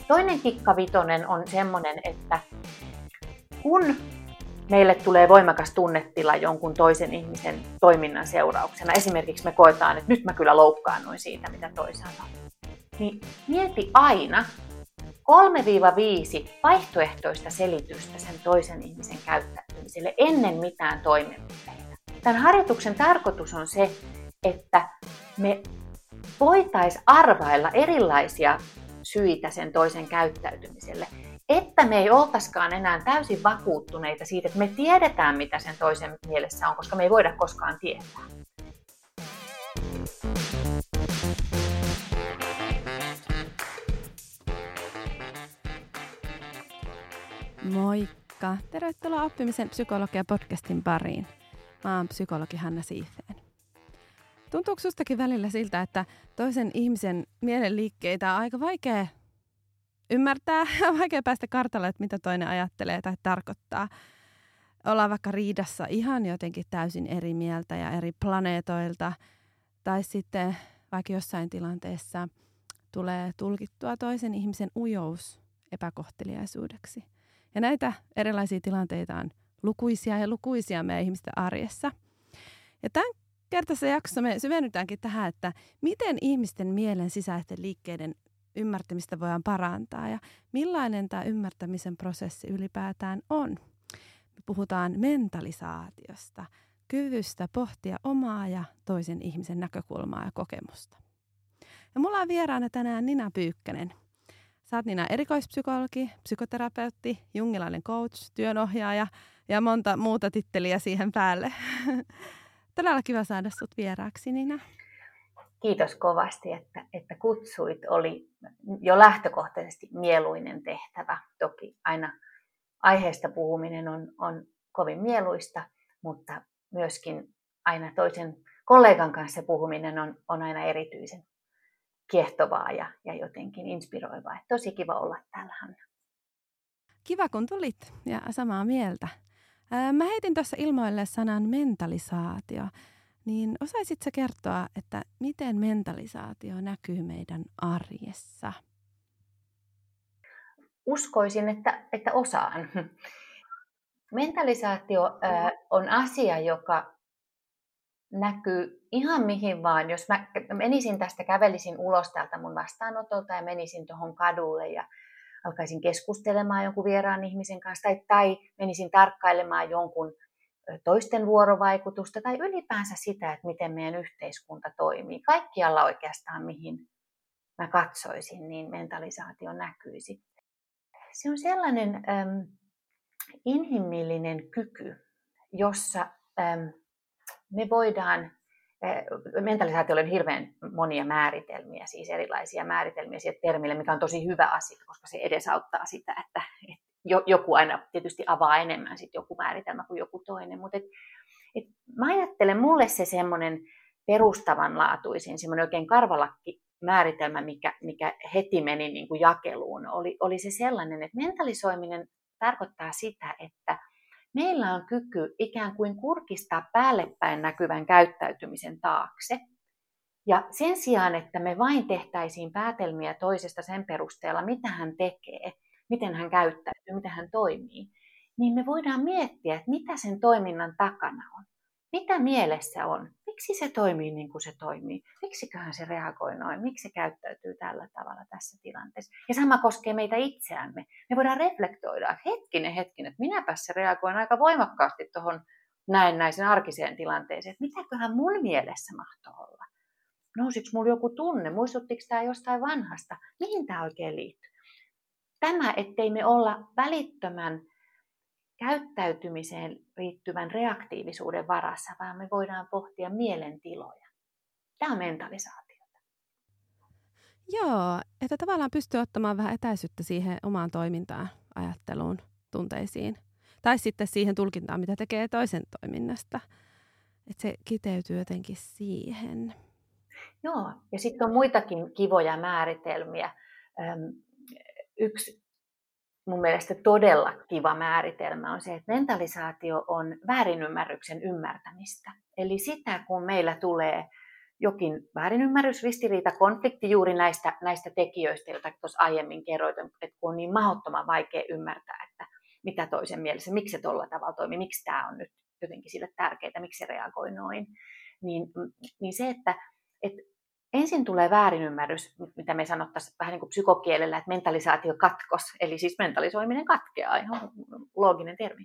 Toinen kikkavitonen on semmoinen, että kun meille tulee voimakas tunnetila jonkun toisen ihmisen toiminnan seurauksena, esimerkiksi me koetaan, että nyt mä kyllä loukkaannuin siitä, mitä toi sanoi, niin mieti aina 3-5 vaihtoehtoista selitystä sen toisen ihmisen käyttäytymiselle ennen mitään toimenpiteitä. Tämän harjoituksen tarkoitus on se, että me voitaisiin arvailla erilaisia syitä sen toisen käyttäytymiselle, että me ei oltaisikaan enää täysin vakuuttuneita siitä, että me tiedetään, mitä sen toisen mielessä on, koska me ei voida koskaan tietää. Moikka! Tervetuloa Oppimisen psykologia-podcastin pariin. Mä oon psykologi Hanna Siifeen. Tuntuuko sustakin välillä siltä, että toisen ihmisen mielenliikkeitä on aika vaikea ymmärtää, vaikea päästä kartalle, että mitä toinen ajattelee tai tarkoittaa? Ollaan vaikka riidassa ihan jotenkin täysin eri mieltä ja eri planeetoilta, tai sitten vaikka jossain tilanteessa tulee tulkittua toisen ihmisen ujous epäkohteliaisuudeksi. Ja näitä erilaisia tilanteita on lukuisia ja lukuisia meidän ihmisten arjessa. Ja tämän kertaisessa jaksossa me syvennytäänkin tähän, että miten ihmisten mielen sisäisten liikkeiden ymmärtämistä voidaan parantaa ja millainen tämä ymmärtämisen prosessi ylipäätään on. Me puhutaan mentalisaatiosta, kyvystä pohtia omaa ja toisen ihmisen näkökulmaa ja kokemusta. Ja mulla on vieraana tänään Nina Pyykkänen. Sä oot Nina erikoispsykologi, psykoterapeutti, jungilainen coach, työnohjaaja ja monta muuta titteliä siihen päälle. Todella kiva saada sut vieraaksi, Nina. Kiitos kovasti, että kutsuit. Oli jo lähtökohtaisesti mieluinen tehtävä. Toki aina aiheesta puhuminen on kovin mieluista, mutta myöskin aina toisen kollegan kanssa puhuminen on aina erityisen kiehtovaa ja jotenkin inspiroivaa. Tosi kiva olla täällä, Hanna. Kiva, kun tulit ja samaa mieltä. Mä heitin tuossa ilmoille sanan mentalisaatio. Niin osaisitko sä kertoa, että miten mentalisaatio näkyy meidän arjessa? Uskoisin, että osaan. Mentalisaatio on asia, joka näkyy ihan mihin vaan. Jos mä menisin tästä, kävelisin ulos täältä mun vastaanotolta ja menisin tuohon kadulle ja alkaisin keskustelemaan jonkun vieraan ihmisen kanssa tai menisin tarkkailemaan jonkun toisten vuorovaikutusta tai ylipäänsä sitä, että miten meidän yhteiskunta toimii. Kaikkialla oikeastaan, mihin mä katsoisin, niin mentalisaatio näkyisi. Se on sellainen inhimillinen kyky, jossa me voidaan, mentalisaatiolla on hirveän monia määritelmiä, siis erilaisia määritelmiä siitä termille, mikä on tosi hyvä asia, koska se edesauttaa sitä, että joku aina tietysti avaa enemmän sit joku määritelmä kuin joku toinen. Mutta mä ajattelen, mulle se semmoinen perustavanlaatuisin, semmoinen oikein karvalakki määritelmä, mikä heti meni niin kuin jakeluun, oli se sellainen, että mentalisoiminen tarkoittaa sitä, että meillä on kyky ikään kuin kurkistaa päällepäin näkyvän käyttäytymisen taakse. Ja sen sijaan, että me vain tehtäisiin päätelmiä toisesta sen perusteella, mitä hän tekee, miten hän käyttäytyy, miten hän toimii, niin me voidaan miettiä, että mitä sen toiminnan takana on. Mitä mielessä on? Miksi se toimii niin kuin se toimii? Miksiköhän se reagoi noin? Miksi se käyttäytyy tällä tavalla tässä tilanteessa? Ja sama koskee meitä itseämme. Me voidaan reflektoida, että hetkinen, että minäpäs se reagoin aika voimakkaasti tuohon näennäisen arkiseen tilanteeseen. Että mitäköhän mun mielessä mahtoi olla? Nousiko mulla joku tunne? Muistuttiko tämä jostain vanhasta? Mihin tämä oikein liittyy? Tämä, ettei me olla välittömän käyttäytymiseen liittyvän reaktiivisuuden varassa, vaan me voidaan pohtia mielentiloja. Tämä on mentalisaatiota. Joo, että tavallaan pystyy ottamaan vähän etäisyyttä siihen omaan toimintaan, ajatteluun, tunteisiin. Tai sitten siihen tulkintaan, mitä tekee toisen toiminnasta. Että se kiteytyy jotenkin siihen. Joo, ja sitten on muitakin kivoja määritelmiä. Yksi mun mielestä todella kiva määritelmä on se, että mentalisaatio on väärinymmärryksen ymmärtämistä. Eli sitä, kun meillä tulee jokin väärinymmärrys, ristiriita, konflikti juuri näistä tekijöistä, joita tuossa aiemmin kerroit, että kun on niin mahdottoman vaikea ymmärtää, että mitä toisen mielessä, miksi se tuolla tavalla toimii, miksi tämä on nyt jotenkin sille tärkeää, miksi se reagoi noin, niin se, että ensin tulee väärinymmärrys, mitä me sanottaisiin vähän niin kuin psykokielellä, että mentalisaatiokatkos, eli siis mentalisoiminen katkeaa, ihan looginen termi.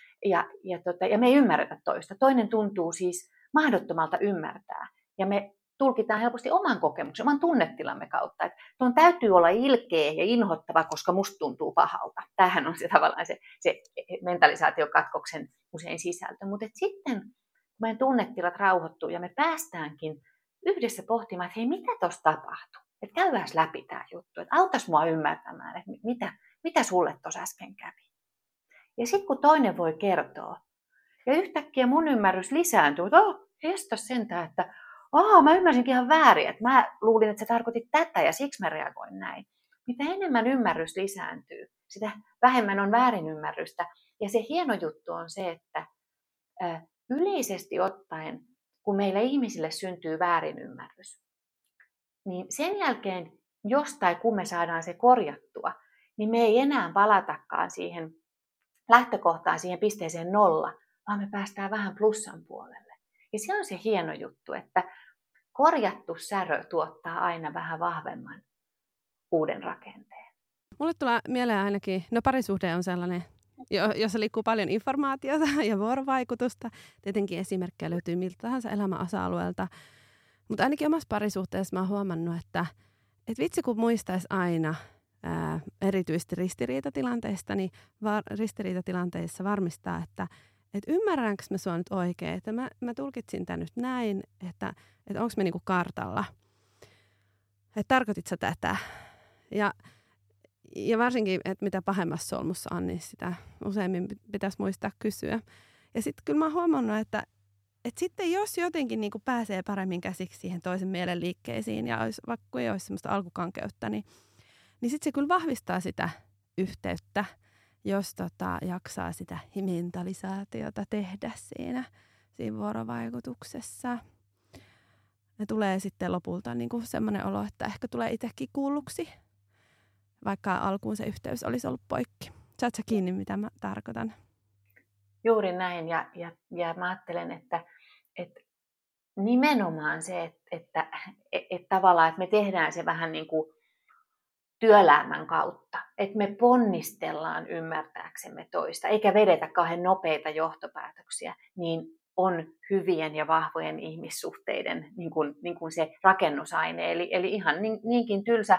Ja me ei ymmärretä toista. Toinen tuntuu siis mahdottomalta ymmärtää. Ja me tulkitaan helposti oman kokemuksen, oman tunnetilamme kautta. Että tuon täytyy olla ilkeä ja inhottava, koska musta tuntuu pahalta. Tämähän on se tavallaan se mentalisaatiokatkoksen usein sisältö. Mutta sitten kun meidän tunnetilat rauhoittuu ja me päästäänkin yhdessä pohtimaan, että hei, mitä tuossa tapahtuu? Että käydään läpi tämä juttu, että autas mua ymmärtämään, että mitä sulle tuossa äsken kävi. Ja sitten kun toinen voi kertoa, ja yhtäkkiä mun ymmärrys lisääntyy, että jestas sentään, että mä ymmärsinkin ihan väärin, että mä luulin, että sä tarkoitit tätä ja siksi mä reagoin näin. Mitä enemmän ymmärrys lisääntyy, sitä vähemmän on väärinymmärrystä. Ja se hieno juttu on se, että yleisesti ottaen, kun meillä ihmisille syntyy väärinymmärrys, niin sen jälkeen, jos tai kun me saadaan se korjattua, niin me ei enää palatakaan siihen lähtökohtaan, siihen pisteeseen 0, vaan me päästään vähän plussan puolelle. Ja se on se hieno juttu, että korjattu särö tuottaa aina vähän vahvemman uuden rakenteen. Mulle tulee mieleen ainakin, parisuhde on sellainen, jossa liikkuu paljon informaatiota ja vuorovaikutusta. Tietenkin esimerkkejä löytyy miltä tahansa elämän osa-alueelta. Mutta ainakin omassa parisuhteessa mä oon huomannut, että vitsi kun muistaisi aina erityisesti ristiriitatilanteista, niin ristiriitatilanteissa varmistaa, että ymmärränkö mä sua nyt oikein, että mä tulkitsin tämän nyt näin, että onko me niinku kartalla, että tarkoitit sä tätä. Ja varsinkin, että mitä pahemmassa solmussa on, niin sitä useimmin pitäisi muistaa kysyä. Ja sitten kyllä mä oon huomannut, että sitten jos jotenkin niin kuin pääsee paremmin käsiksi siihen toisen mielen liikkeisiin ja vaikka ei olisi semmoista alkukankeutta, niin sitten se kyllä vahvistaa sitä yhteyttä, jos jaksaa sitä mentalisaatiota tehdä siinä vuorovaikutuksessa. Ja tulee sitten lopulta niin kuin semmoinen olo, että ehkä tulee itsekin kuulluksi, vaikka alkuun se yhteys olisi ollut poikki. Saat sä kiinni, mitä mä tarkoitan? Juuri näin. Ja mä ajattelen, että nimenomaan se, että tavallaan että me tehdään se vähän niin kuin työelämän kautta. Että me ponnistellaan ymmärtääksemme toista, eikä vedetä kauhean nopeita johtopäätöksiä, niin on hyvien ja vahvojen ihmissuhteiden niin kuin se rakennusaine. Eli ihan niinkin tylsä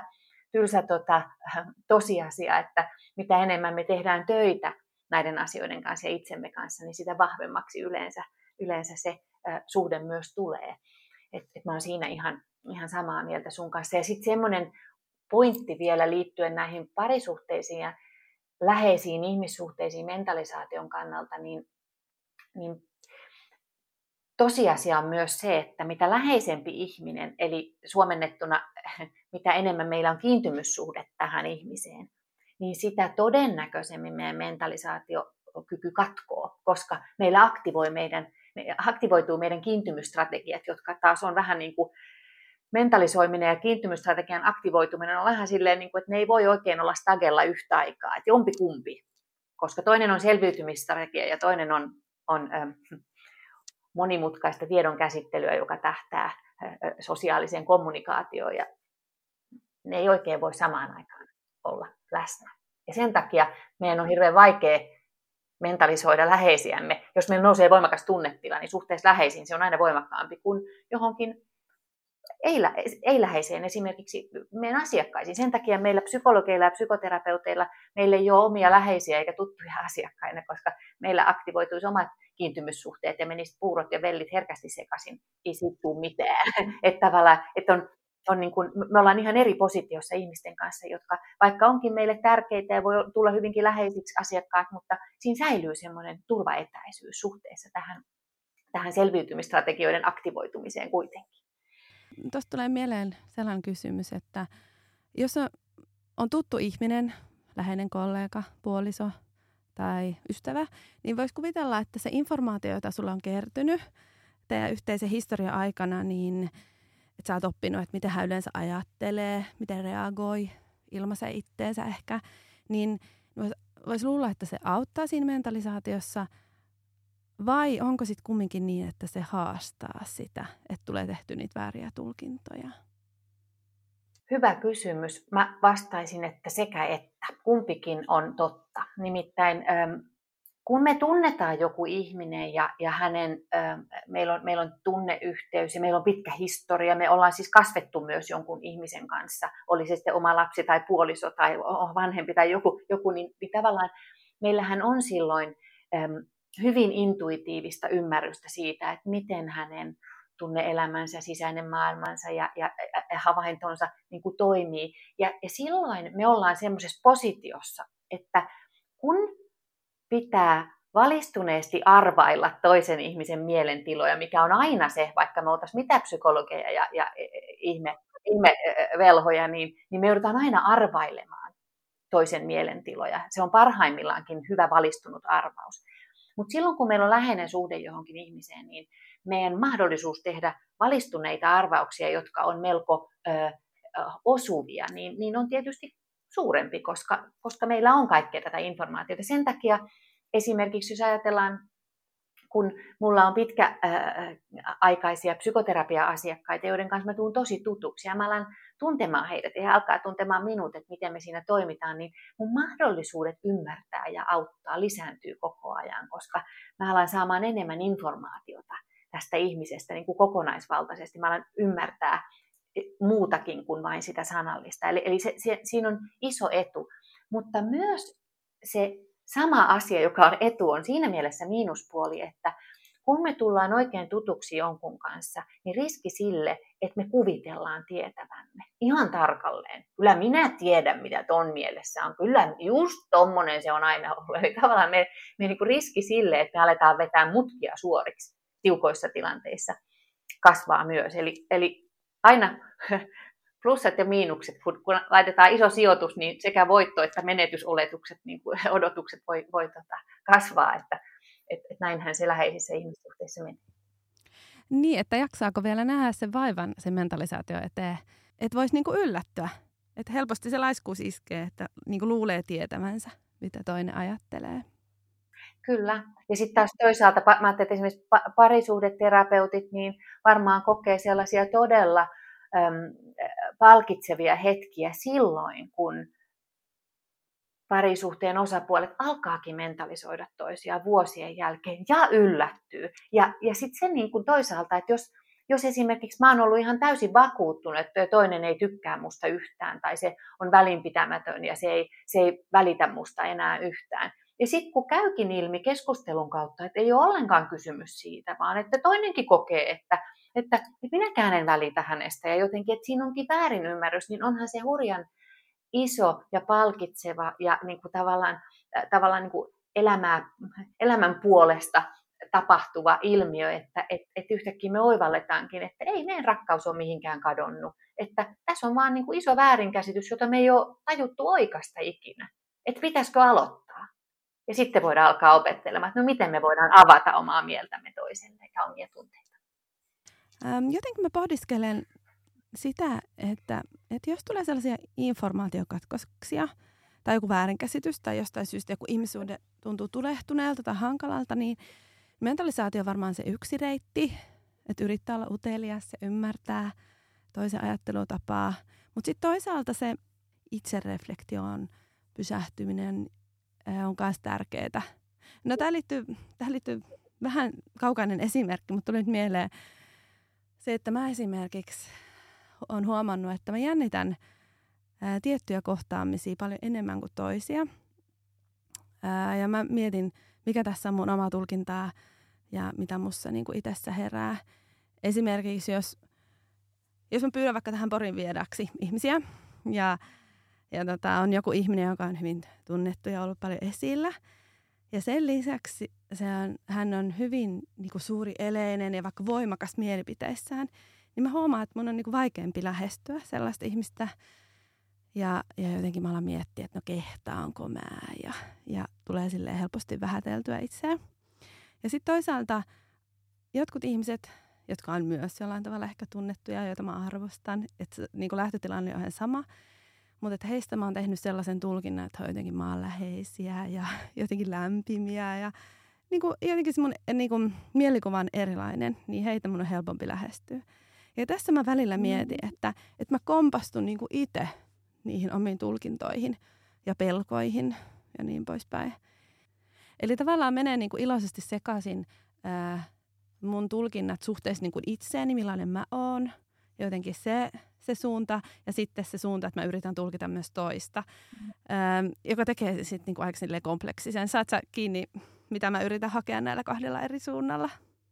tosiasia, että mitä enemmän me tehdään töitä näiden asioiden kanssa ja itsemme kanssa, niin sitä vahvemmaksi yleensä se suhde myös tulee. Et mä oon siinä ihan samaa mieltä sun kanssa. Ja sitten semmoinen pointti vielä liittyen näihin parisuhteisiin ja läheisiin ihmissuhteisiin mentalisaation kannalta, niin tosiasia on myös se, että mitä läheisempi ihminen, eli suomennettuna mitä enemmän meillä on kiintymyssuhde tähän ihmiseen, niin sitä todennäköisemmin meidän mentalisaatiokyky katkoo, koska meillä aktivoituu meidän kiintymysstrategiat, jotka taas on vähän niin kuin mentalisoiminen ja kiintymysstrategian aktivoituminen on vähän silleen, niin kuin, että ne ei voi oikein olla stagella yhtä aikaa, että jompikumpi, koska toinen on selviytymisstrategia ja toinen on monimutkaista tiedon käsittelyä, joka tähtää sosiaaliseen kommunikaatioon, ja ne ei oikein voi samaan aikaan olla läsnä. Ja sen takia meidän on hirveän vaikea mentalisoida läheisiämme. Jos meillä nousee voimakas tunnetila, niin suhteessa läheisiin se on aina voimakkaampi kuin johonkin ei-läheiseen, esimerkiksi meidän asiakkaisiin. Sen takia meillä psykologeilla ja psykoterapeuteilla meillä ei ole omia läheisiä eikä tuttuja asiakkaina, koska meillä aktivoituisi omat kiintymyssuhteet ja menisi puurot ja vellit herkästi sekaisin. Ei siitä tule mitään. Että tavallaan, että on niin kuin, me ollaan ihan eri positiossa ihmisten kanssa, jotka vaikka onkin meille tärkeitä ja voi tulla hyvinkin läheisiksi asiakkaat, mutta siinä säilyy semmoinen turvaetäisyys suhteessa tähän selviytymistrategioiden aktivoitumiseen kuitenkin. Tuosta tulee mieleen sellainen kysymys, että jos on tuttu ihminen, läheinen kollega, puoliso tai ystävä, niin voisi kuvitella, että se informaatio, jota sulla on kertynyt teidän yhteisen historian aikana, niin sä oot oppinut, että miten hän yleensä ajattelee, miten reagoi, ilmaisee itteensä ehkä, niin voisi luulla, että se auttaa siinä mentalisaatiossa, vai onko sitten kumminkin niin, että se haastaa sitä, että tulee tehty niitä vääriä tulkintoja? Hyvä kysymys. Mä vastaisin, että sekä että. Kumpikin on totta. Nimittäin kun me tunnetaan joku ihminen ja meillä on tunneyhteys ja meillä on pitkä historia, me ollaan siis kasvettu myös jonkun ihmisen kanssa, oli se sitten oma lapsi tai puoliso tai vanhempi tai joku niin tavallaan meillähän on silloin hyvin intuitiivista ymmärrystä siitä, että miten hänen tunne-elämänsä, sisäinen maailmansa ja havaintonsa niin kuin toimii. Ja silloin me ollaan semmoisessa positiossa, että kun pitää valistuneesti arvailla toisen ihmisen mielentiloja, mikä on aina se, vaikka me oltaisiin mitä psykologeja ja ihmevelhoja, niin me joudutaan aina arvailemaan toisen mielentiloja. Se on parhaimmillaankin hyvä valistunut arvaus. Mutta silloin, kun meillä on läheinen suhde johonkin ihmiseen, niin meidän mahdollisuus tehdä valistuneita arvauksia, jotka on melko osuvia, niin on tietysti suurempi, koska meillä on kaikkea tätä informaatiota. Sen takia esimerkiksi, jos ajatellaan, kun mulla on pitkäaikaisia psykoterapia-asiakkaita, joiden kanssa mä tuun tosi tutuksi ja mä alan tuntemaan heidät ja he alkaa tuntemaan minut, että miten me siinä toimitaan, niin mun mahdollisuudet ymmärtää ja auttaa lisääntyy koko ajan, koska mä alan saamaan enemmän informaatiota tästä ihmisestä niin kuin kokonaisvaltaisesti. Mä alan ymmärtää muutakin kuin vain sitä sanallista. Eli siinä on iso etu, mutta myös se sama asia, joka on etu, on siinä mielessä miinuspuoli, että kun me tullaan oikein tutuksi jonkun kanssa, niin riski sille, että me kuvitellaan tietävämme ihan tarkalleen. Kyllä minä tiedän, mitä ton mielessä on. Kyllä just tommonen se on aina ollut. Eli tavallaan me niin kuin riski sille, että me aletaan vetää mutkia suoriksi tiukoissa tilanteissa, kasvaa myös. Eli aina plussat ja miinukset, kun laitetaan iso sijoitus, niin sekä voitto- että menetysoletukset, niin kuin odotukset voi kasvaa, että näinhän se läheisissä ihmissuhteissa menee. Niin, että jaksaako vielä nähdä sen vaivan sen mentalisaatio eteen, että voisi niinku yllättyä. Että helposti se laiskuus iskee, että niinku luulee tietämänsä, mitä toinen ajattelee. Kyllä. Ja sitten taas toisaalta, mä ajattelin, että esimerkiksi parisuhdeterapeutit niin varmaan kokee sellaisia todella palkitsevia hetkiä silloin, kun parisuhteen osapuolet alkaakin mentalisoida toisiaan vuosien jälkeen ja yllättyy. Ja sitten se niin kuin toisaalta, että jos esimerkiksi mä oon ollut ihan täysin vakuuttunut, että toinen ei tykkää musta yhtään tai se on välinpitämätön ja se ei välitä musta enää yhtään. Ja sitten kun käykin ilmi keskustelun kautta, että ei ole ollenkaan kysymys siitä, vaan että toinenkin kokee, että minäkään en välitä hänestä ja jotenkin, että siinä onkin väärinymmärrys, niin onhan se hurjan iso ja palkitseva ja niin kuin tavallaan niin kuin elämän puolesta tapahtuva ilmiö, että yhtäkkiä me oivalletaankin, että ei meidän rakkaus ole mihinkään kadonnut. Että tässä on vaan niin kuin iso väärinkäsitys, jota me ei ole tajuttu oikasta ikinä. Että pitäisikö aloittaa? Ja sitten voidaan alkaa opettelemaan, että no miten me voidaan avata omaa mieltämme toiselle ja omia tunteita. Jotenkin mä pohdiskelen sitä, että jos tulee sellaisia informaatiokatkoksia tai joku väärinkäsitys tai jostain syystä joku ihmissuhde tuntuu tulehtuneelta tai hankalalta, niin mentalisaatio on varmaan se yksi reitti, että yrittää olla utelias ja ymmärtää toisen ajattelutapaa. Mutta sitten toisaalta se itsereflektioon pysähtyminen on myös tärkeää. No tähän liittyy vähän kaukainen esimerkki, mutta tuli nyt mieleen se, että mä esimerkiksi olen huomannut, että mä jännitän tiettyjä kohtaamisia paljon enemmän kuin toisia. Ja mä mietin, mikä tässä on mun oma tulkintaa ja mitä musta niin kuin itsessä herää. Esimerkiksi jos mä pyydän vaikka tähän Porin viedäksi ihmisiä ja on joku ihminen, joka on hyvin tunnettu ja ollut paljon esillä. Ja sen lisäksi hän on hyvin niin kuin suuri eleinen ja vaikka voimakas mielipiteissään, niin mä huomaan, että mun on niin kuin vaikeampi lähestyä sellaista ihmistä. Ja jotenkin mä alan miettiä, että no kehtaanko mä ja tulee silleen helposti vähäteltyä itseään. Ja sitten toisaalta jotkut ihmiset, jotka on myös jollain tavalla ehkä tunnettuja, joita mä arvostan. Että niin kuin lähtötilanne on ihan sama. Mutta heistä mä oon tehnyt sellaisen tulkinnan, että he on jotenkin maanläheisiä ja jotenkin lämpimiä ja niin kuin, jotenkin se mun niin kuin, mielikuva on erilainen, niin heitä mun on helpompi lähestyä. Ja tässä mä välillä mietin, että mä kompastun niin kuin itse niihin omiin tulkintoihin ja pelkoihin ja niin poispäin. Eli tavallaan menee niin kuin iloisesti sekaisin mun tulkinnat suhteessa niin kuin itseeni, millainen mä oon. Jotenkin se suunta ja sitten se suunta, että mä yritän tulkita myös toista, joka tekee sitten niin kuin aika kompleksisen. Saat sä kiinni, mitä mä yritän hakea näillä kahdella eri suunnalla?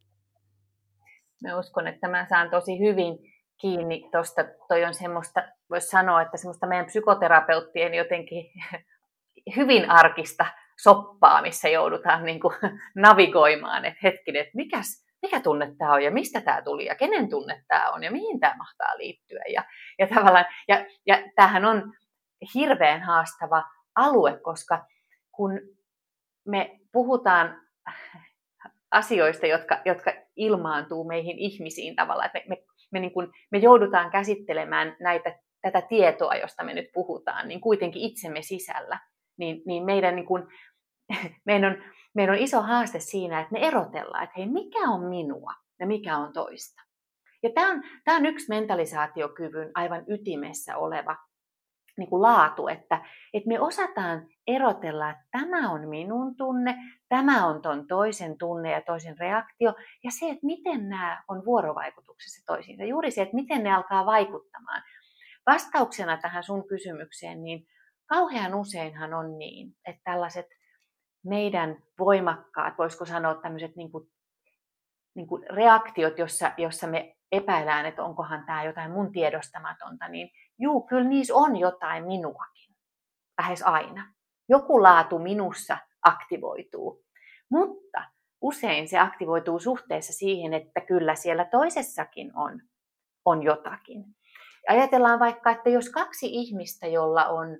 Mä uskon, että mä saan tosi hyvin kiinni tuosta. Toi on semmoista, voisi sanoa, että semmoista meidän psykoterapeuttien jotenkin hyvin arkista soppaa, missä joudutaan niin kuin navigoimaan, että hetkinen, että mikä tunne tämä on ja mistä tämä tuli ja kenen tunne tämä on ja mihin tämä mahtaa liittyä. Ja tavallaan, ja tämähän on hirveän haastava alue, koska kun me puhutaan asioista, jotka ilmaantuu meihin ihmisiin tavallaan, että me joudutaan käsittelemään tätä tietoa, josta me nyt puhutaan, niin kuitenkin itsemme sisällä, niin meidän on iso haaste siinä, että me erotellaan, että hei, mikä on minua ja mikä on toista. Ja tämä on yksi mentalisaatiokyvyn aivan ytimessä oleva niin kuin laatu, että me osataan erotella, että tämä on minun tunne, tämä on ton toisen tunne ja toisen reaktio, ja se, että miten nämä on vuorovaikutuksessa toisiinsa. Juuri se, että miten ne alkaa vaikuttamaan. Vastauksena tähän sun kysymykseen, niin kauhean useinhan on niin, että tällaiset meidän voimakkaat, voisiko sanoa tämmöiset niin kuin reaktiot, jossa me epäillään, että onkohan tämä jotain mun tiedostamatonta, niin juu, kyllä niissä on jotain minuakin, lähes aina. Joku laatu minussa aktivoituu, mutta usein se aktivoituu suhteessa siihen, että kyllä siellä toisessakin on jotakin. Ajatellaan vaikka, että jos kaksi ihmistä, jolla on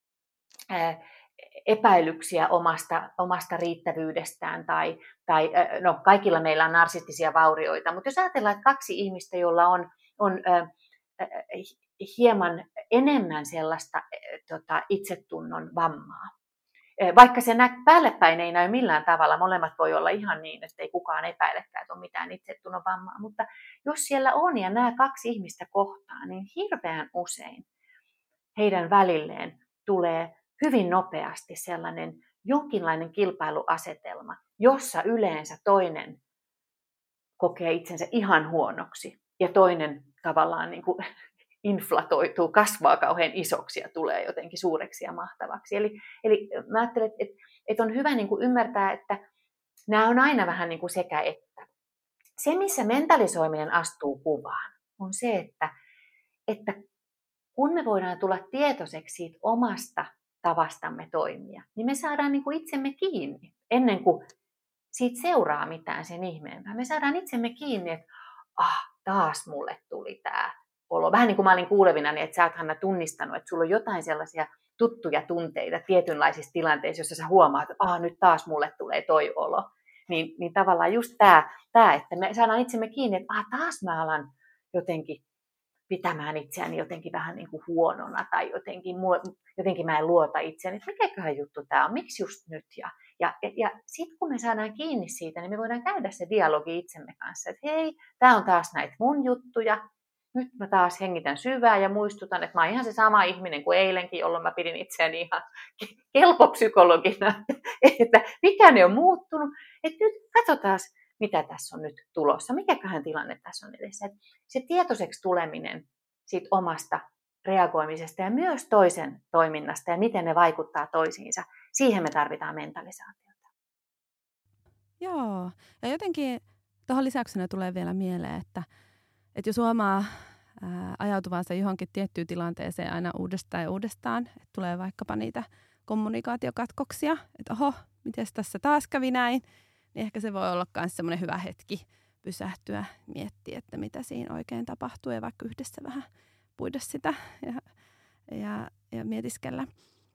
epäilyksiä omasta riittävyydestään tai no, kaikilla meillä on narsistisia vaurioita, mutta jos ajatellaan, että kaksi ihmistä, jolla on hieman enemmän sellaista itsetunnon vammaa, vaikka se päällepäin ei näy millään tavalla, molemmat voi olla ihan niin, että ei kukaan epäilekään, että on mitään itsetunnon vammaa, mutta jos siellä on ja nämä kaksi ihmistä kohtaa, niin hirveän usein heidän välilleen tulee hyvin nopeasti sellainen jonkinlainen kilpailuasetelma, jossa yleensä toinen kokee itsensä ihan huonoksi ja toinen tavallaan niin kuin inflatoituu, kasvaa kauhean isoksi ja tulee jotenkin suureksi ja mahtavaksi. Eli mä ajattelen, että on hyvä niin kuin ymmärtää, että nämä on aina vähän niin kuin sekä että. Se, missä mentalisoiminen astuu kuvaan, on se, että kun me voidaan tulla tietoiseksi siitä omasta tavastamme toimia, niin me saadaan niin kuin itsemme kiinni ennen kuin siitä seuraa mitään sen ihmeempää. Me saadaan itsemme kiinni, että taas mulle tuli tämä olo. Vähän niin kuin mä olin kuulevinani, että sä oot, Hanna, tunnistanut, että sulla on jotain sellaisia tuttuja tunteita tietynlaisissa tilanteissa, jossa sä huomaat, että nyt taas mulle tulee toi olo. Niin tavallaan just tämä, että me saadaan itsemme kiinni, että taas mä alan jotenkin pitämään itseäni jotenkin vähän niin kuin huonona tai jotenkin mä en luota itseäni, että mikäköhän juttu tämä on, miksi just nyt. Ja sitten kun me saadaan kiinni siitä, niin me voidaan käydä se dialogi itsemme kanssa, että hei, tämä on taas näitä mun juttuja, nyt mä taas hengitän syvää ja muistutan, että mä oon ihan se sama ihminen kuin eilenkin, jolloin mä pidin itseäni ihan kelpopsykologina, että mikä ne on muuttunut, että nyt katsotaan, mitä tässä on nyt tulossa, mikäköhän tilanne tässä on edessä. Että se tietoiseksi tuleminen siitä omasta reagoimisesta ja myös toisen toiminnasta ja miten ne vaikuttaa toisiinsa, siihen me tarvitaan mentalisaatiota. Joo, ja jotenkin tuohon lisäyksenä tulee vielä mieleen, että jos huomaa ajautuvansa johonkin tiettyyn tilanteeseen aina uudestaan ja uudestaan, että tulee vaikkapa niitä kommunikaatiokatkoksia, että oho, miten tässä taas kävi näin, niin ehkä se voi olla myös semmoinen hyvä hetki pysähtyä, miettiä, että mitä siinä oikein tapahtuu ja vaikka yhdessä vähän puida sitä ja mietiskellä.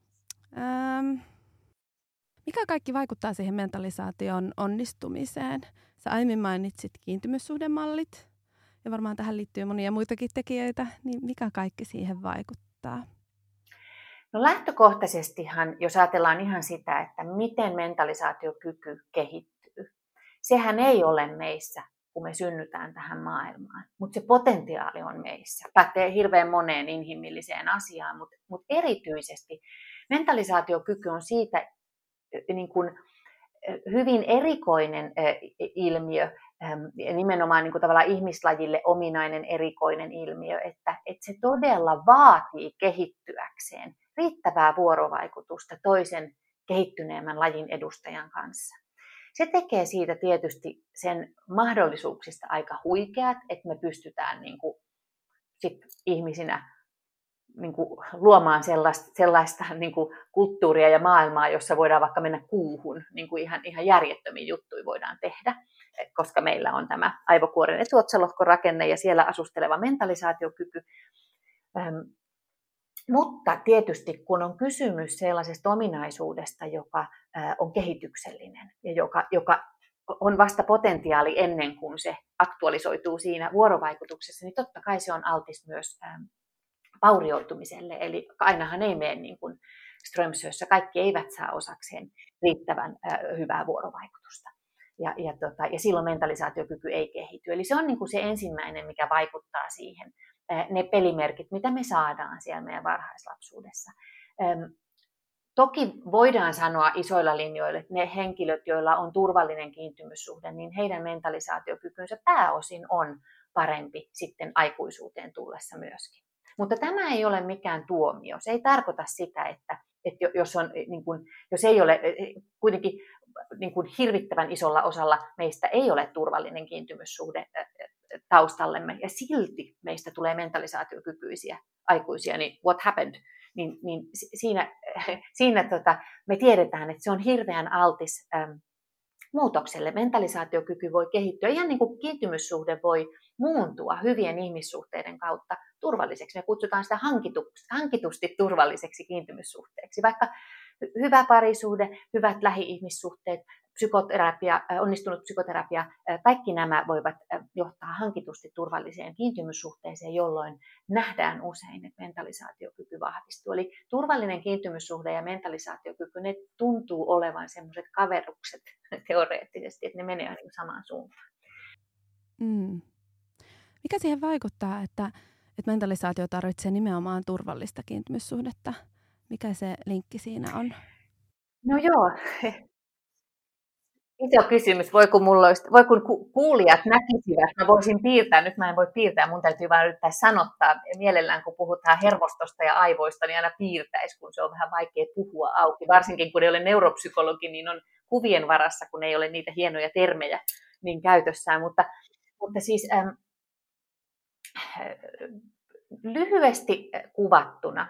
Mikä kaikki vaikuttaa siihen mentalisaation onnistumiseen? Sä aiemmin mainitsit kiintymyssuhdemallit. ja varmaan tähän liittyy monia muitakin tekijöitä, niin mikä kaikki siihen vaikuttaa? No lähtökohtaisestihan, jos ajatellaan ihan sitä, että miten mentalisaatiokyky kehittyy, sehän ei ole meissä, kun me synnytään tähän maailmaan, mutta se potentiaali on meissä. Pätee hirveän moneen inhimilliseen asiaan, mutta erityisesti mentalisaatiokyky on siitä niin kuin hyvin erikoinen ilmiö, nimenomaan niin kuin tavallaan ihmislajille ominainen erikoinen ilmiö, että se todella vaatii kehittyäkseen riittävää vuorovaikutusta toisen kehittyneemmän lajin edustajan kanssa. Se tekee siitä tietysti sen mahdollisuuksista aika huikeat, että me pystytään niin kuin sit ihmisinä niin kuin luomaan sellaista niin kuin kulttuuria ja maailmaa, jossa voidaan vaikka mennä kuuhun, niin kuin ihan järjettömiä juttuja voidaan tehdä, koska meillä on tämä aivokuoren etuotsalohkorakenne ja siellä asusteleva mentalisaatiokyky. Mutta tietysti kun on kysymys sellaisesta ominaisuudesta, joka on kehityksellinen ja joka on vasta potentiaali ennen kuin se aktualisoituu siinä vuorovaikutuksessa, niin totta kai se on altis myös vaurioitumiselle. Eli ainahan ei mene niin kuin Strömsössä, kaikki eivät saa osakseen riittävän hyvää vuorovaikutusta. Ja silloin mentalisaatiokyky ei kehity. Eli se on niin kuin se ensimmäinen, mikä vaikuttaa siihen, ne pelimerkit, mitä me saadaan siellä meidän varhaislapsuudessa. Toki voidaan sanoa isoilla linjoilla, että ne henkilöt, joilla on turvallinen kiintymyssuhde, niin heidän mentalisaatiokykynsä pääosin on parempi sitten aikuisuuteen tullessa myöskin. Mutta tämä ei ole mikään tuomio. Se ei tarkoita sitä, että jos ei ole kuitenkin niin kuin hirvittävän isolla osalla meistä ei ole turvallinen kiintymyssuhde taustallemme, ja silti meistä tulee mentalisaatiokykyisiä aikuisia, niin what happened? Niin siinä me tiedetään, että se on hirveän altis muutokselle. Mentalisaatiokyky voi kehittyä, ihan niin kuin kiintymyssuhde voi muuntua hyvien ihmissuhteiden kautta turvalliseksi. Me kutsutaan sitä hankitusti turvalliseksi kiintymyssuhteeksi. Vaikka hyvä parisuhde, hyvät lähi-ihmissuhteet, psykoterapia, onnistunut psykoterapia, kaikki nämä voivat johtaa hankitusti turvalliseen kiintymyssuhteeseen, jolloin nähdään usein, että mentalisaatiokyky vahvistuu. Eli turvallinen kiintymyssuhde ja mentalisaatiokyky, ne tuntuu olevan semmoiset kaverukset teoreettisesti, että ne menee aina samaan suuntaan. Mikä siihen vaikuttaa, että mentalisaatio tarvitsee nimenomaan turvallista kiintymyssuhdetta? Mikä se linkki siinä on? No joo, iso kysymys. Voi kun kuulijat näkisivät, mä voisin piirtää. Nyt mä en voi piirtää, mun täytyy vaan yrittää sanottaa. Mielellään kun puhutaan hermostosta ja aivoista, niin aina piirtäisi, kun se on vähän vaikea puhua auki. Varsinkin kun ei ole neuropsykologi, niin on kuvien varassa, kun ei ole niitä hienoja termejä niin käytössään. Mutta siis lyhyesti kuvattuna,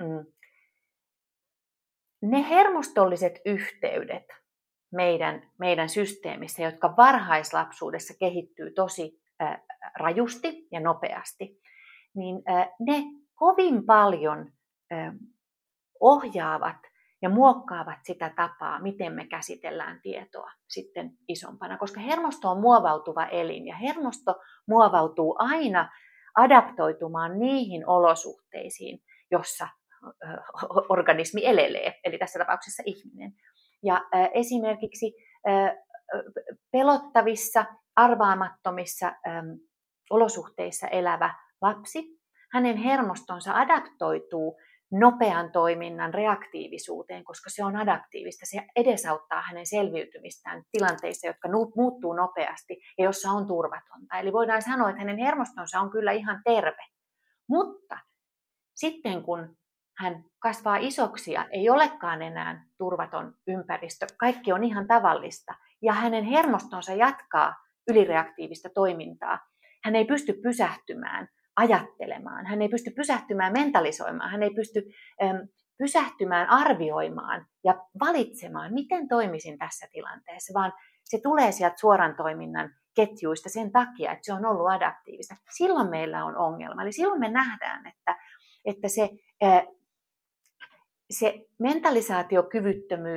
ne hermostolliset yhteydet meidän systeemissä, jotka varhaislapsuudessa kehittyy tosi rajusti ja nopeasti, niin ne kovin paljon ohjaavat ja muokkaavat sitä tapaa, miten me käsitellään tietoa sitten isompana, koska hermosto on muovautuva elin ja hermosto muovautuu aina adaptoitumaan niihin olosuhteisiin, jossa organismi elelee, eli tässä tapauksessa ihminen. Ja esimerkiksi pelottavissa, arvaamattomissa olosuhteissa elävä lapsi, hänen hermostonsa adaptoituu nopean toiminnan reaktiivisuuteen, koska se on adaptiivista. Se edesauttaa hänen selviytymistään tilanteissa, jotka muuttuu nopeasti ja jossa on turvatonta. Eli voidaan sanoa, että hänen hermostonsa on kyllä ihan terve. Mutta sitten kun hän kasvaa isoksi ja ei olekaan enää turvaton ympäristö, kaikki on ihan tavallista ja hänen hermostonsa jatkaa ylireaktiivista toimintaa, hän ei pysty pysähtymään ajattelemaan, hän ei pysty pysähtymään mentalisoimaan, hän ei pysty pysähtymään arvioimaan ja valitsemaan, miten toimisin tässä tilanteessa, vaan se tulee sieltä suoran toiminnan ketjuista sen takia, että se on ollut adaptiivista. Silloin meillä on ongelma, eli silloin me nähdään, että se mentalisaatiokyvyttömyys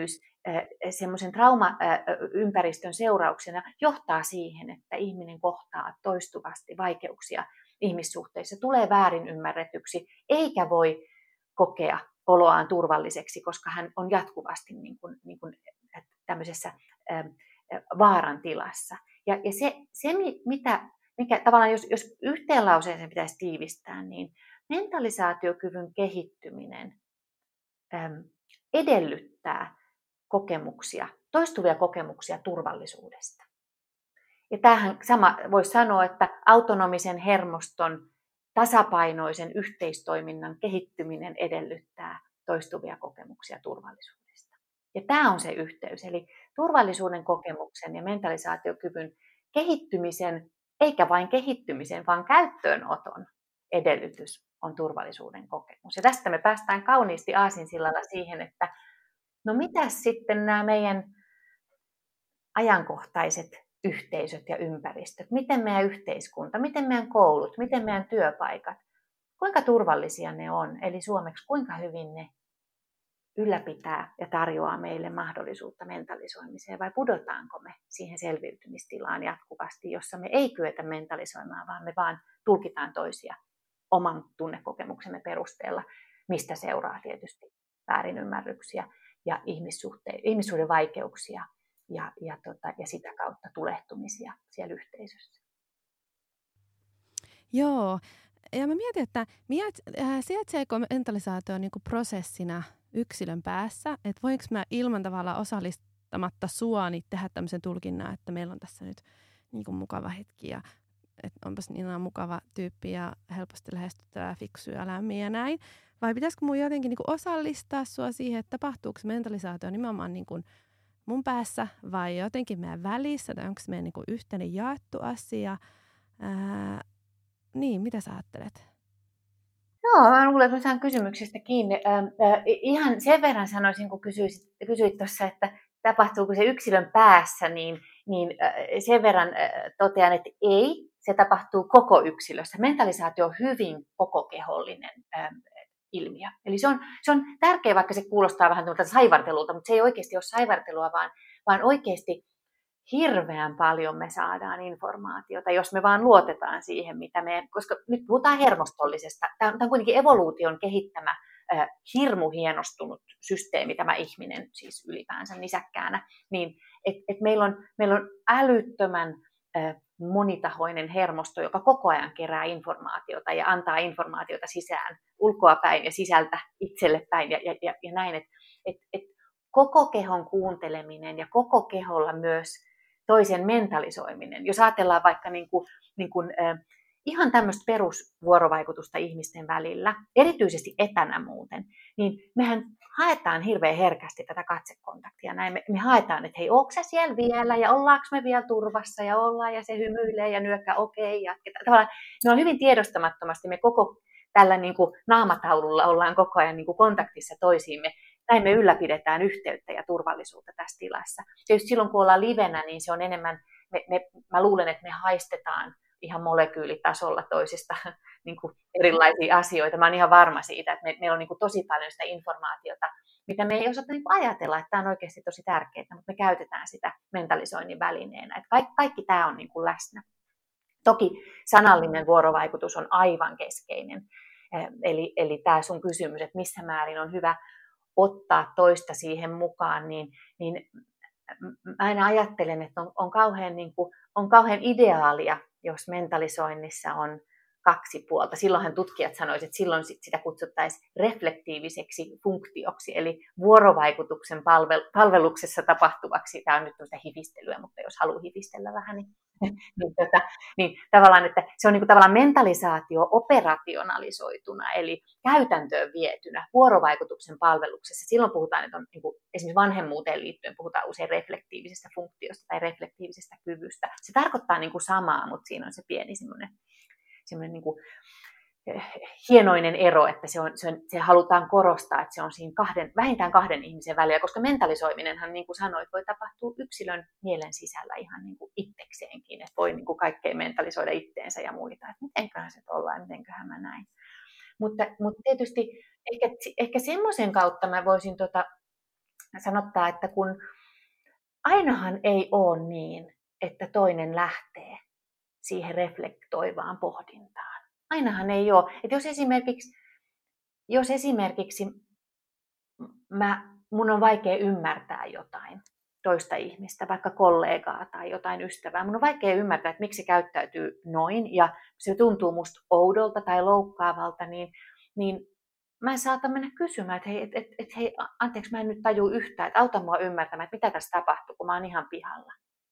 semmoisen traumaympäristön seurauksena johtaa siihen, että ihminen kohtaa toistuvasti vaikeuksia ihmissuhteissa, tulee väärin ymmärretyksi, eikä voi kokea oloaan turvalliseksi, koska hän on jatkuvasti niin kuin tämmöisessä vaaran tilassa. Ja se mikä tavallaan, jos yhteen lauseeseen pitäisi tiivistää, niin mentalisaatiokyvyn kehittyminen edellyttää kokemuksia, toistuvia kokemuksia turvallisuudesta. Ja tämähän sama voisi sanoa, että autonomisen hermoston tasapainoisen yhteistoiminnan kehittyminen edellyttää toistuvia kokemuksia turvallisuudesta. Ja tämä on se yhteys, eli turvallisuuden kokemuksen ja mentalisaatiokyvyn kehittymisen, eikä vain kehittymisen, vaan käyttöönoton edellytys on turvallisuuden kokemus. Ja tästä me päästään kauniisti aasinsillalla siihen, että no mitäs sitten nämä meidän ajankohtaiset yhteisöt ja ympäristöt, miten meidän yhteiskunta, miten meidän koulut, miten meidän työpaikat, kuinka turvallisia ne on, eli suomeksi kuinka hyvin ne ylläpitää ja tarjoaa meille mahdollisuutta mentalisoimiseen, vai pudotaanko me siihen selviytymistilaan jatkuvasti, jossa me ei kyetä mentalisoimaan, vaan me vaan tulkitaan toisia oman tunnekokemuksemme perusteella, mistä seuraa tietysti väärinymmärryksiä ja ihmissuhteen vaikeuksia ja sitä kautta tulehtumisia siellä yhteisössä. Joo, ja mä mietin, että sijaitseeko mentalisaatio niin kuin prosessina yksilön päässä, että voinko mä ilman tavalla osallistamatta sua niin tehdä tämmöisen tulkinnan, että meillä on tässä nyt niin kuin mukava hetki ja että onpas niin mukava tyyppi ja helposti lähestyttävä, fiksu ja lämmin ja näin. Vai pitäisikö mun jotenkin niin kuin osallistaa sua siihen, että tapahtuuko mentalisaatio nimenomaan niin kuin mun päässä vai jotenkin meidän välissä, tai onko se meidän niin kuin yhteinen jaettu asia? Niin, mitä sä ajattelet? Joo, mä luulen, että mä saan kysymyksestä kiinni. Ihan sen verran sanoisin, kun kysyit tuossa, että tapahtuuko se yksilön päässä, niin sen verran totean, että ei, se tapahtuu koko yksilössä. Mentalisaatio on hyvin kokokehollinen ilmiö. Eli se on tärkeä, vaikka se kuulostaa vähän saivartelulta, mutta se ei oikeasti ole saivartelua, vaan oikeasti hirveän paljon me saadaan informaatiota, jos me vaan luotetaan siihen, koska nyt puhutaan hermostollisesta. Tämä on kuitenkin evoluution kehittämä hirmuhienostunut systeemi, tämä ihminen siis ylipäänsä nisäkkäänä, niin et meillä on älyttömän monitahoinen hermosto, joka koko ajan kerää informaatiota ja antaa informaatiota sisään, ulkoapäin ja sisältä itselle päin ja näin, että koko kehon kuunteleminen ja koko keholla myös toisen mentalisoiminen. Jos ajatellaan vaikka ihan tämmöistä perusvuorovaikutusta ihmisten välillä, erityisesti etänä muuten, niin mehän haetaan hirveän herkästi tätä katsekontaktia. Näin me haetaan, että hei, ootko sä siellä vielä ja ollaanko me vielä turvassa ja ollaan ja se hymyilee ja nyökkää, okei, jatketaan. Tavallaan me on hyvin tiedostamattomasti, me koko tällä niin kuin naamataululla ollaan koko ajan niin kuin kontaktissa toisiimme. Näin me ylläpidetään yhteyttä ja turvallisuutta tässä tilassa. Ja just silloin, kun ollaan livenä, niin se on enemmän, mä luulen, että me haistetaan ihan molekyylitasolla toisista niin kuin erilaisia asioita. Mä oon ihan varma siitä, että meillä on niin kuin tosi paljon sitä informaatiota, mitä me ei osata niin kuin ajatella, että tämä on oikeasti tosi tärkeää, mutta me käytetään sitä mentalisoinnin välineenä. Että kaikki tämä on niin kuin läsnä. Toki sanallinen vuorovaikutus on aivan keskeinen. Eli tämä sun kysymys, että missä määrin on hyvä ottaa toista siihen mukaan, niin mä aina ajattelen, että on kauhean ideaalia, jos mentalisoinnissa on kaksi puolta. Silloinhan tutkijat sanoisivat, että silloin sitä kutsuttaisiin reflektiiviseksi funktioksi, eli vuorovaikutuksen palveluksessa tapahtuvaksi. Tämä on nyt hifistelyä, mutta jos haluaa hifistellä vähän, niin tavallaan, että se on niin kuin tavallaan mentalisaatio operationalisoituna, eli käytäntöön vietynä vuorovaikutuksen palveluksessa. Silloin puhutaan, että on niin kuin, esimerkiksi vanhemmuuteen liittyen puhutaan usein reflektiivisestä funktiosta tai reflektiivisestä kyvystä. Se tarkoittaa niin kuin samaa, mutta siinä on se pieni semmoinen niin kuin hienoinen ero, että se halutaan korostaa, että se on siinä vähintään kahden ihmisen välillä, koska mentalisoiminenhan, niin kuin sanoit, voi tapahtua yksilön mielen sisällä ihan niin kuin itsekseenkin, että voi niin kuin kaikkea mentalisoida itteensä ja muita, että mitenköhän se ollaan, mitenköhän mä näin. Mutta tietysti ehkä semmoisen kautta mä voisin sanottaa, että kun ainahan ei ole niin, että toinen lähtee siihen reflektoivaan pohdintaan. Ainahan ei ole. Että jos esimerkiksi mun on vaikea ymmärtää jotain toista ihmistä, vaikka kollegaa tai jotain ystävää. Mun on vaikea ymmärtää, että miksi se käyttäytyy noin ja se tuntuu musta oudolta tai loukkaavalta, niin mä saatan mennä kysymään, että hei, anteeksi, mä en nyt taju yhtään, että auta mua ymmärtämään, että mitä tässä tapahtuu, kun mä oon ihan pihalla.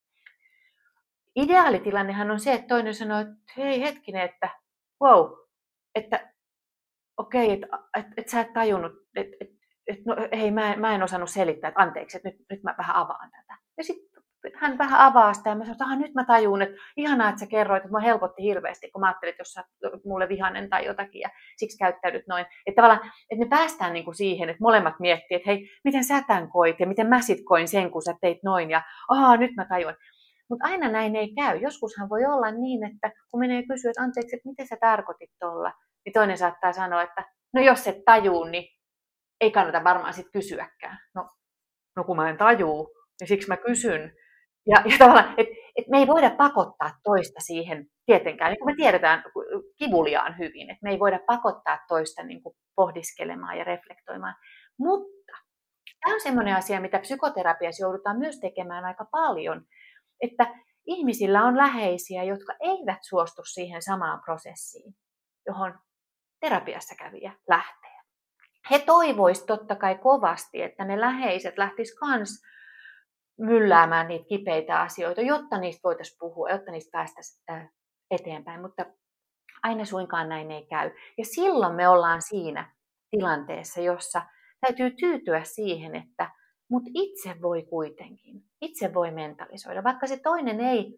Ideaalitilannehan on se, että toinen sanoo, että hei hetkinen, että wow, että okei, että sä et tajunnut, no, hei, mä en osannut selittää, että anteeksi, että nyt mä vähän avaan tätä. Ja sitten hän vähän avaa sitä ja mä sanoin, että nyt mä tajun, että ihanaa, että sä kerroit, että mua helpotti hirveästi, kun mä ajattelin, että jos sä oot mulle vihainen tai jotakin ja siksi käyttäydyt noin. Että tavallaan, että me päästään niin kuin siihen, että molemmat miettii, että hei, miten sä tämän koit ja miten mä sit koin sen, kun sä teit noin ja nyt mä tajun. Mutta aina näin ei käy. Joskushan voi olla niin, että kun menee kysyä, että anteeksi, että miten sä tarkoitit tuolla, niin toinen saattaa sanoa, että no jos et tajuu, niin ei kannata varmaan sit kysyäkään. No kun mä en tajuu, niin siksi mä kysyn. Ja tavallaan, että me ei voida pakottaa toista siihen tietenkään, niin kuin me tiedetään kivuliaan hyvin, että me ei voida pakottaa toista niin kuin pohdiskelemaan ja reflektoimaan. Mutta tämä on sellainen asia, mitä psykoterapiassa joudutaan myös tekemään aika paljon, että ihmisillä on läheisiä, jotka eivät suostu siihen samaan prosessiin, johon terapiassa kävijä lähtee. He toivoisivat totta kai kovasti, että ne läheiset lähtisivät myös mylläämään niitä kipeitä asioita, jotta niistä voitaisiin puhua, jotta niistä päästäisiin eteenpäin, mutta aina suinkaan näin ei käy. Ja silloin me ollaan siinä tilanteessa, jossa täytyy tyytyä siihen, että mut itse voi kuitenkin, itse voi mentalisoida. Vaikka se toinen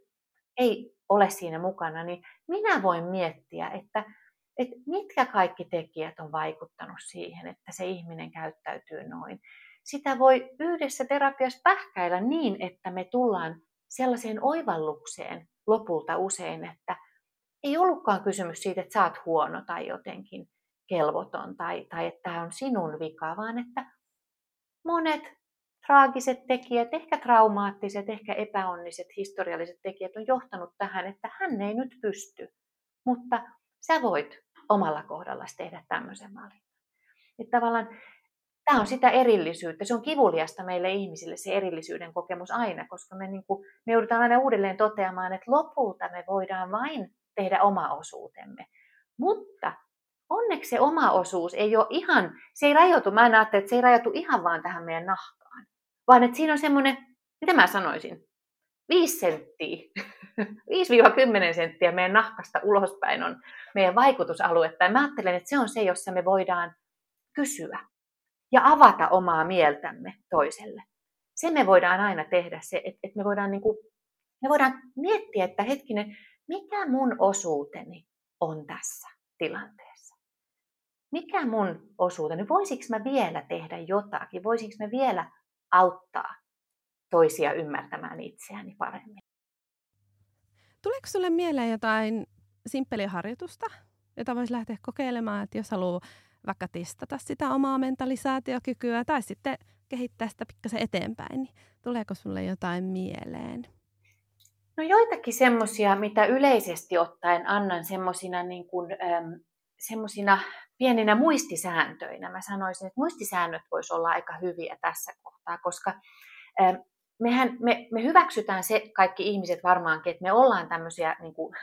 ei ole siinä mukana, niin minä voin miettiä, että mitkä kaikki tekijät on vaikuttanut siihen, että se ihminen käyttäytyy noin. Sitä voi yhdessä terapiassa pähkäillä niin, että me tullaan sellaiseen oivallukseen lopulta usein, että ei ollutkaan kysymys siitä, että sä oot huono tai jotenkin kelvoton tai että tämä on sinun vika, vaan että monet traagiset tekijät, ehkä traumaattiset, ehkä epäonniset, historialliset tekijät on johtanut tähän, että hän ei nyt pysty, mutta sä voit omalla kohdallasi tehdä tämmöisen valinnan. Että tavallaan tämä on sitä erillisyyttä. Se on kivuliasta meille ihmisille se erillisyyden kokemus aina, koska me joudutaan aina uudelleen toteamaan, että lopulta me voidaan vain tehdä oma osuutemme. Mutta onneksi se oma osuus ei ole ihan, se ei rajoitu, mä en ajattele, että se ei rajoitu ihan vaan tähän meidän nahkaan, vaan että siinä on semmoinen, mitä mä sanoisin, 5 senttiä, 5-10 senttiä meidän nahkasta ulospäin on meidän vaikutusaluetta. Ja mä ajattelen, että se on se, jossa me voidaan kysyä ja avata omaa mieltämme toiselle. Se me voidaan aina tehdä, se, että me voidaan miettiä, että hetkinen, mikä mun osuuteni on tässä tilanteessa? Mikä mun osuuteni? Voisinko mä vielä tehdä jotakin? Voisinko mä vielä auttaa toisia ymmärtämään itseäni paremmin? Tuleeko sulle mieleen jotain simppeliä harjoitusta, jota voisi lähteä kokeilemaan, että jos haluaa vaikka testata sitä omaa mentalisaatiokykyä tai sitten kehittää sitä pikkasen eteenpäin, niin tuleeko sulle jotain mieleen? No joitakin semmoisia, mitä yleisesti ottaen annan semmosina pieninä muistisääntöinä. Mä sanoisin, että muistisäännöt vois olla aika hyviä tässä kohtaa, koska me hyväksytään se kaikki ihmiset varmaankin, että me ollaan tämmöisiä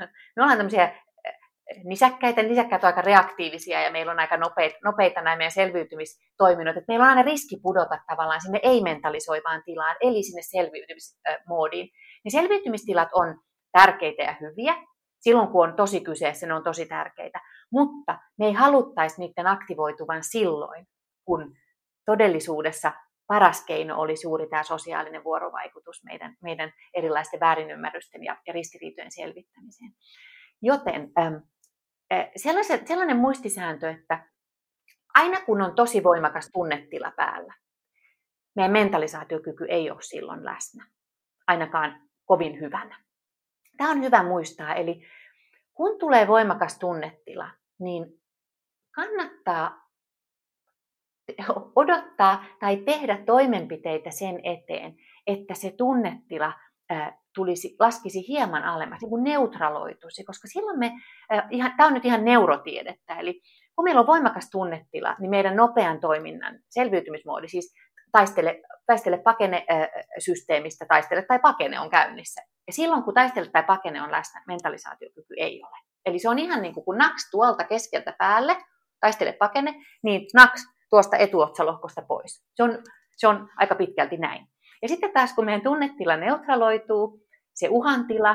nisäkkäitä. Nisäkkäät on aika reaktiivisia ja meillä on aika nopeita nämä meidän selviytymistoiminnot. Että meillä on aina riski pudota tavallaan sinne ei-mentalisoivaan tilaan, eli sinne selviytymismoodiin. Ne selviytymistilat on tärkeitä ja hyviä. Silloin kun on tosi kyseessä, ne on tosi tärkeitä. Mutta me ei haluttaisi niiden aktivoituvan silloin, kun todellisuudessa paras keino olisi juuri tämä sosiaalinen vuorovaikutus meidän erilaisten väärinymmärrysten ja ristiriitojen selvittämiseen. Joten sellainen muistisääntö, että aina kun on tosi voimakas tunnetila päällä, meidän mentalisaatiokyky ei ole silloin läsnä, ainakaan kovin hyvänä. Tämä on hyvä muistaa, eli kun tulee voimakas tunnetila, niin kannattaa odottaa tai tehdä toimenpiteitä sen eteen, että se tunnetila laskisi hieman alemmas, niin kuin neutraloituisi, koska silloin tämä on nyt ihan neurotiedettä, eli kun meillä on voimakas tunnetila, niin meidän nopean toiminnan selviytymismoodi, siis taistele pakene systeemistä, taistele tai pakene on käynnissä. Ja silloin kun taistele tai pakene on läsnä, mentalisaatiokyky ei ole. Eli se on ihan niin kuin kun naks tuolta keskeltä päälle, taistele pakene, niin naks tuosta etuotsalohkosta pois. Se on aika pitkälti näin. Ja sitten taas kun meidän tunnetila neutraloituu, se uhantila,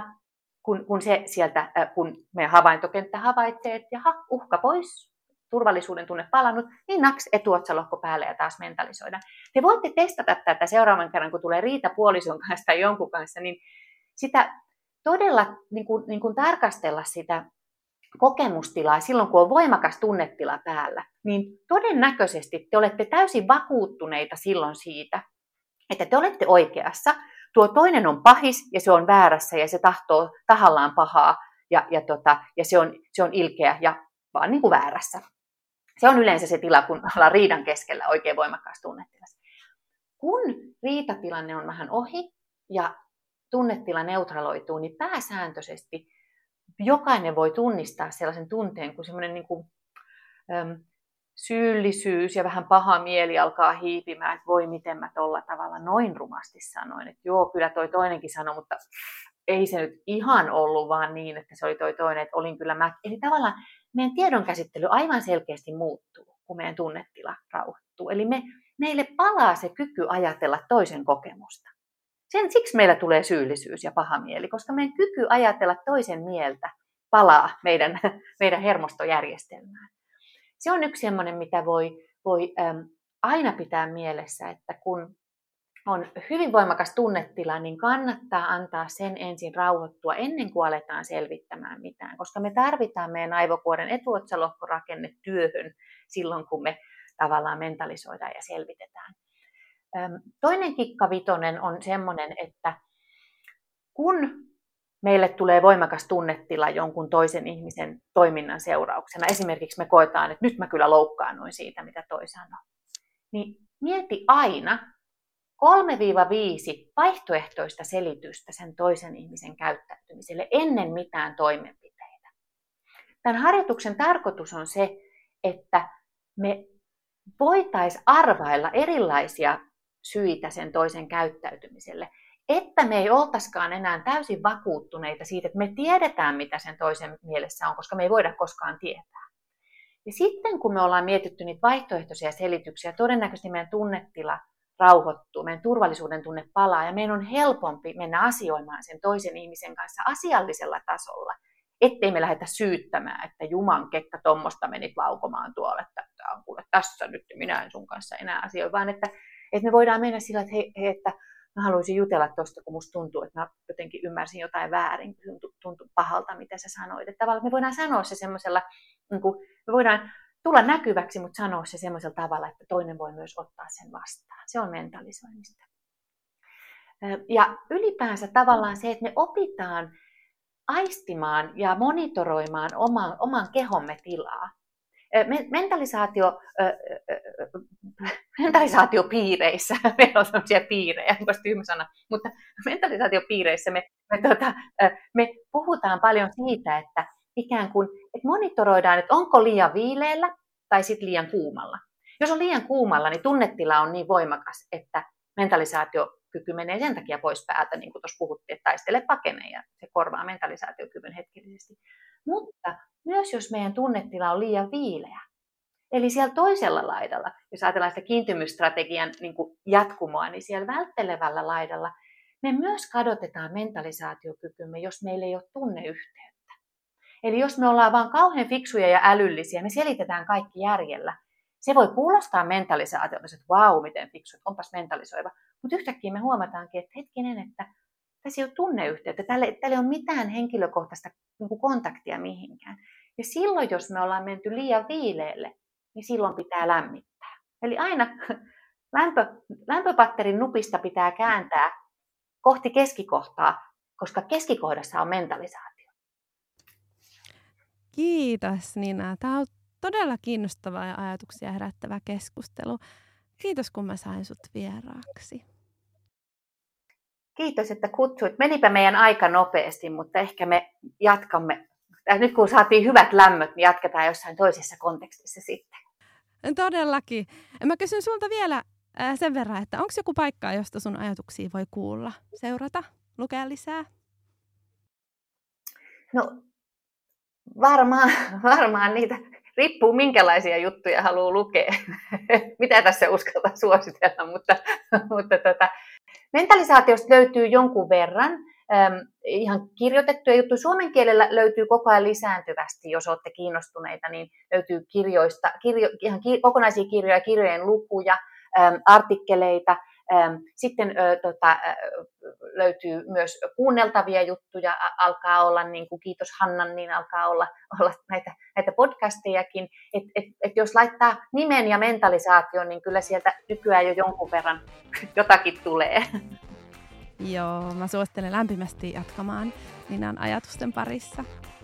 kun meidän havaintokenttä havaitsee, että jaha, uhka pois, turvallisuuden tunne palannut, niin naks etuotsalohko päälle ja taas mentalisoidaan. Te voitte testata tätä seuraavan kerran, kun tulee riita puolison kanssa tai jonkun kanssa, niin sitä todella niin kuin tarkastella sitä kokemustilaa silloin, kun on voimakas tunnetila päällä, niin todennäköisesti te olette täysin vakuuttuneita silloin siitä, että te olette oikeassa, tuo toinen on pahis ja se on väärässä ja se tahtoo tahallaan pahaa ja se on ilkeä ja vaan niin kuin väärässä. Se on yleensä se tila, kun ollaan riidan keskellä oikein voimakkaassa tunnetilassa. Kun riitatilanne on vähän ohi ja tunnetila neutraloituu, niin pääsääntöisesti jokainen voi tunnistaa sellaisen tunteen, kun semmoinen niin kuin, syyllisyys ja vähän paha mieli alkaa hiipimään, että voi miten mä tolla tavalla noin rumasti sanoin. Että joo, kyllä toi toinenkin sanoi, mutta ei se nyt ihan ollut vaan niin, että se oli toi toinen, että olin kyllä mä. Eli tavallaan meidän tiedonkäsittely aivan selkeästi muuttuu, kun meidän tunnetila rauhoittuu. Eli meille palaa se kyky ajatella toisen kokemusta. Siksi meillä tulee syyllisyys ja paha mieli, koska meidän kyky ajatella toisen mieltä palaa meidän hermostojärjestelmään. Se on yksi sellainen, mitä voi aina pitää mielessä, että kun on hyvin voimakas tunnetila, niin kannattaa antaa sen ensin rauhoittua ennen kuin aletaan selvittämään mitään, koska me tarvitaan meidän aivokuoren etuotsalohkorakenne työhön silloin, kun me tavallaan mentalisoidaan ja selvitetään. Toinen kikkavitonen on semmoinen, että kun meille tulee voimakas tunnetila jonkun toisen ihmisen toiminnan seurauksena, esimerkiksi me koetaan, että nyt mä kyllä loukkaannuin siitä, mitä toi sanoi, niin mieti aina 3-5 vaihtoehtoista selitystä sen toisen ihmisen käyttäytymiselle ennen mitään toimenpiteitä. Tämän harjoituksen tarkoitus on se, että me voitaisiin arvailla erilaisia syitä sen toisen käyttäytymiselle, että me ei oltaisikaan enää täysin vakuuttuneita siitä, että me tiedetään, mitä sen toisen mielessä on, koska me ei voida koskaan tietää. Ja sitten kun me ollaan mietitty niitä vaihtoehtoisia selityksiä, todennäköisesti meidän tunnetila rauhoittuu, meidän turvallisuuden tunne palaa ja meidän on helpompi mennä asioimaan sen toisen ihmisen kanssa asiallisella tasolla, ettei me lähdetä syyttämään, että juman kekka tommosta menit laukomaan tuolle, että on kuule tässä nyt minä en sun kanssa enää asioi, vaan että me voidaan mennä sillä, että hei, että mä haluaisin jutella tuosta, kun musta tuntuu, että mä jotenkin ymmärsin jotain väärin, tuntui pahalta, mitä sä sanoit. Että tavallaan me voidaan sanoa se semmoisella, niin kuin, me voidaan tulla näkyväksi, mutta sanoa se semmoisella tavalla, että toinen voi myös ottaa sen vastaan. Se on mentalisoimista. Ja ylipäänsä tavallaan se, että me opitaan aistimaan ja monitoroimaan oman kehomme tilaa. Mentalisaatiopiireissä, meillä on sellaisia piirejä, onko tyhmä sana, mutta mentalisaatiopiireissä me puhutaan paljon siitä, että ikään kuin että monitoroidaan, että onko liian viileällä tai sitten liian kuumalla. Jos on liian kuumalla, niin tunnetila on niin voimakas, että mentalisaatiokyky menee sen takia pois päältä, niin kuin tuossa puhuttiin, että taistele pakene ja se korvaa mentalisaatiokyvyn hetkellisesti. Mutta myös jos meidän tunnetila on liian viileä, eli siellä toisella laidalla, jos ajatellaan sitä kiintymysstrategian niin kuin jatkumoa, niin siellä välttelevällä laidalla me myös kadotetaan mentalisaatiokykymme, jos meillä ei ole tunneyhteyttä. Eli jos me ollaan vaan kauhean fiksuja ja älyllisiä, me selitetään kaikki järjellä. Se voi kuulostaa mentalisaatiolta, että vau, miten fiksu, onpas mentalisoiva. Mutta yhtäkkiä me huomataankin, että hetkinen, että tässä ei ole tunneyhteyttä, täällä ei ole mitään henkilökohtaista kontaktia mihinkään. Ja silloin, jos me ollaan menty liian viileelle, niin silloin pitää lämmittää. Eli aina lämpöpatterin nupista pitää kääntää kohti keskikohtaa, koska keskikohdassa on mentalisaatio. Kiitos Nina. Tämä on todella kiinnostava ja ajatuksia herättävä keskustelu. Kiitos, kun mä sain sut vieraaksi. Kiitos, että kutsuit. Menipä meidän aika nopeasti, mutta ehkä me jatkamme. Nyt kun saatiin hyvät lämmöt, niin jatketaan jossain toisessa kontekstissa sitten. Todellakin. Mä kysyn sulta vielä sen verran, että onko joku paikka, josta sun ajatuksia voi kuulla, seurata, lukea lisää? No varmaan niitä. Riippuu minkälaisia juttuja haluaa lukea. Mitä tässä uskaltaa suositella, mutta mentalisaatiosta löytyy jonkun verran ihan kirjoitettuja juttuja. Suomen kielellä löytyy koko ajan lisääntyvästi, jos olette kiinnostuneita, niin löytyy kirjoista, ihan kokonaisia kirjoja, kirjojen lukuja, artikkeleita. Sitten löytyy myös kuunneltavia juttuja, alkaa olla, niin kuin kiitos Hannan, niin alkaa olla näitä podcastejakin. Et jos laittaa nimen ja mentalisaation, niin kyllä sieltä nykyään jo jonkun verran jotakin tulee. Joo, mä suosittelen lämpimästi jatkamaan Ninan ajatusten parissa.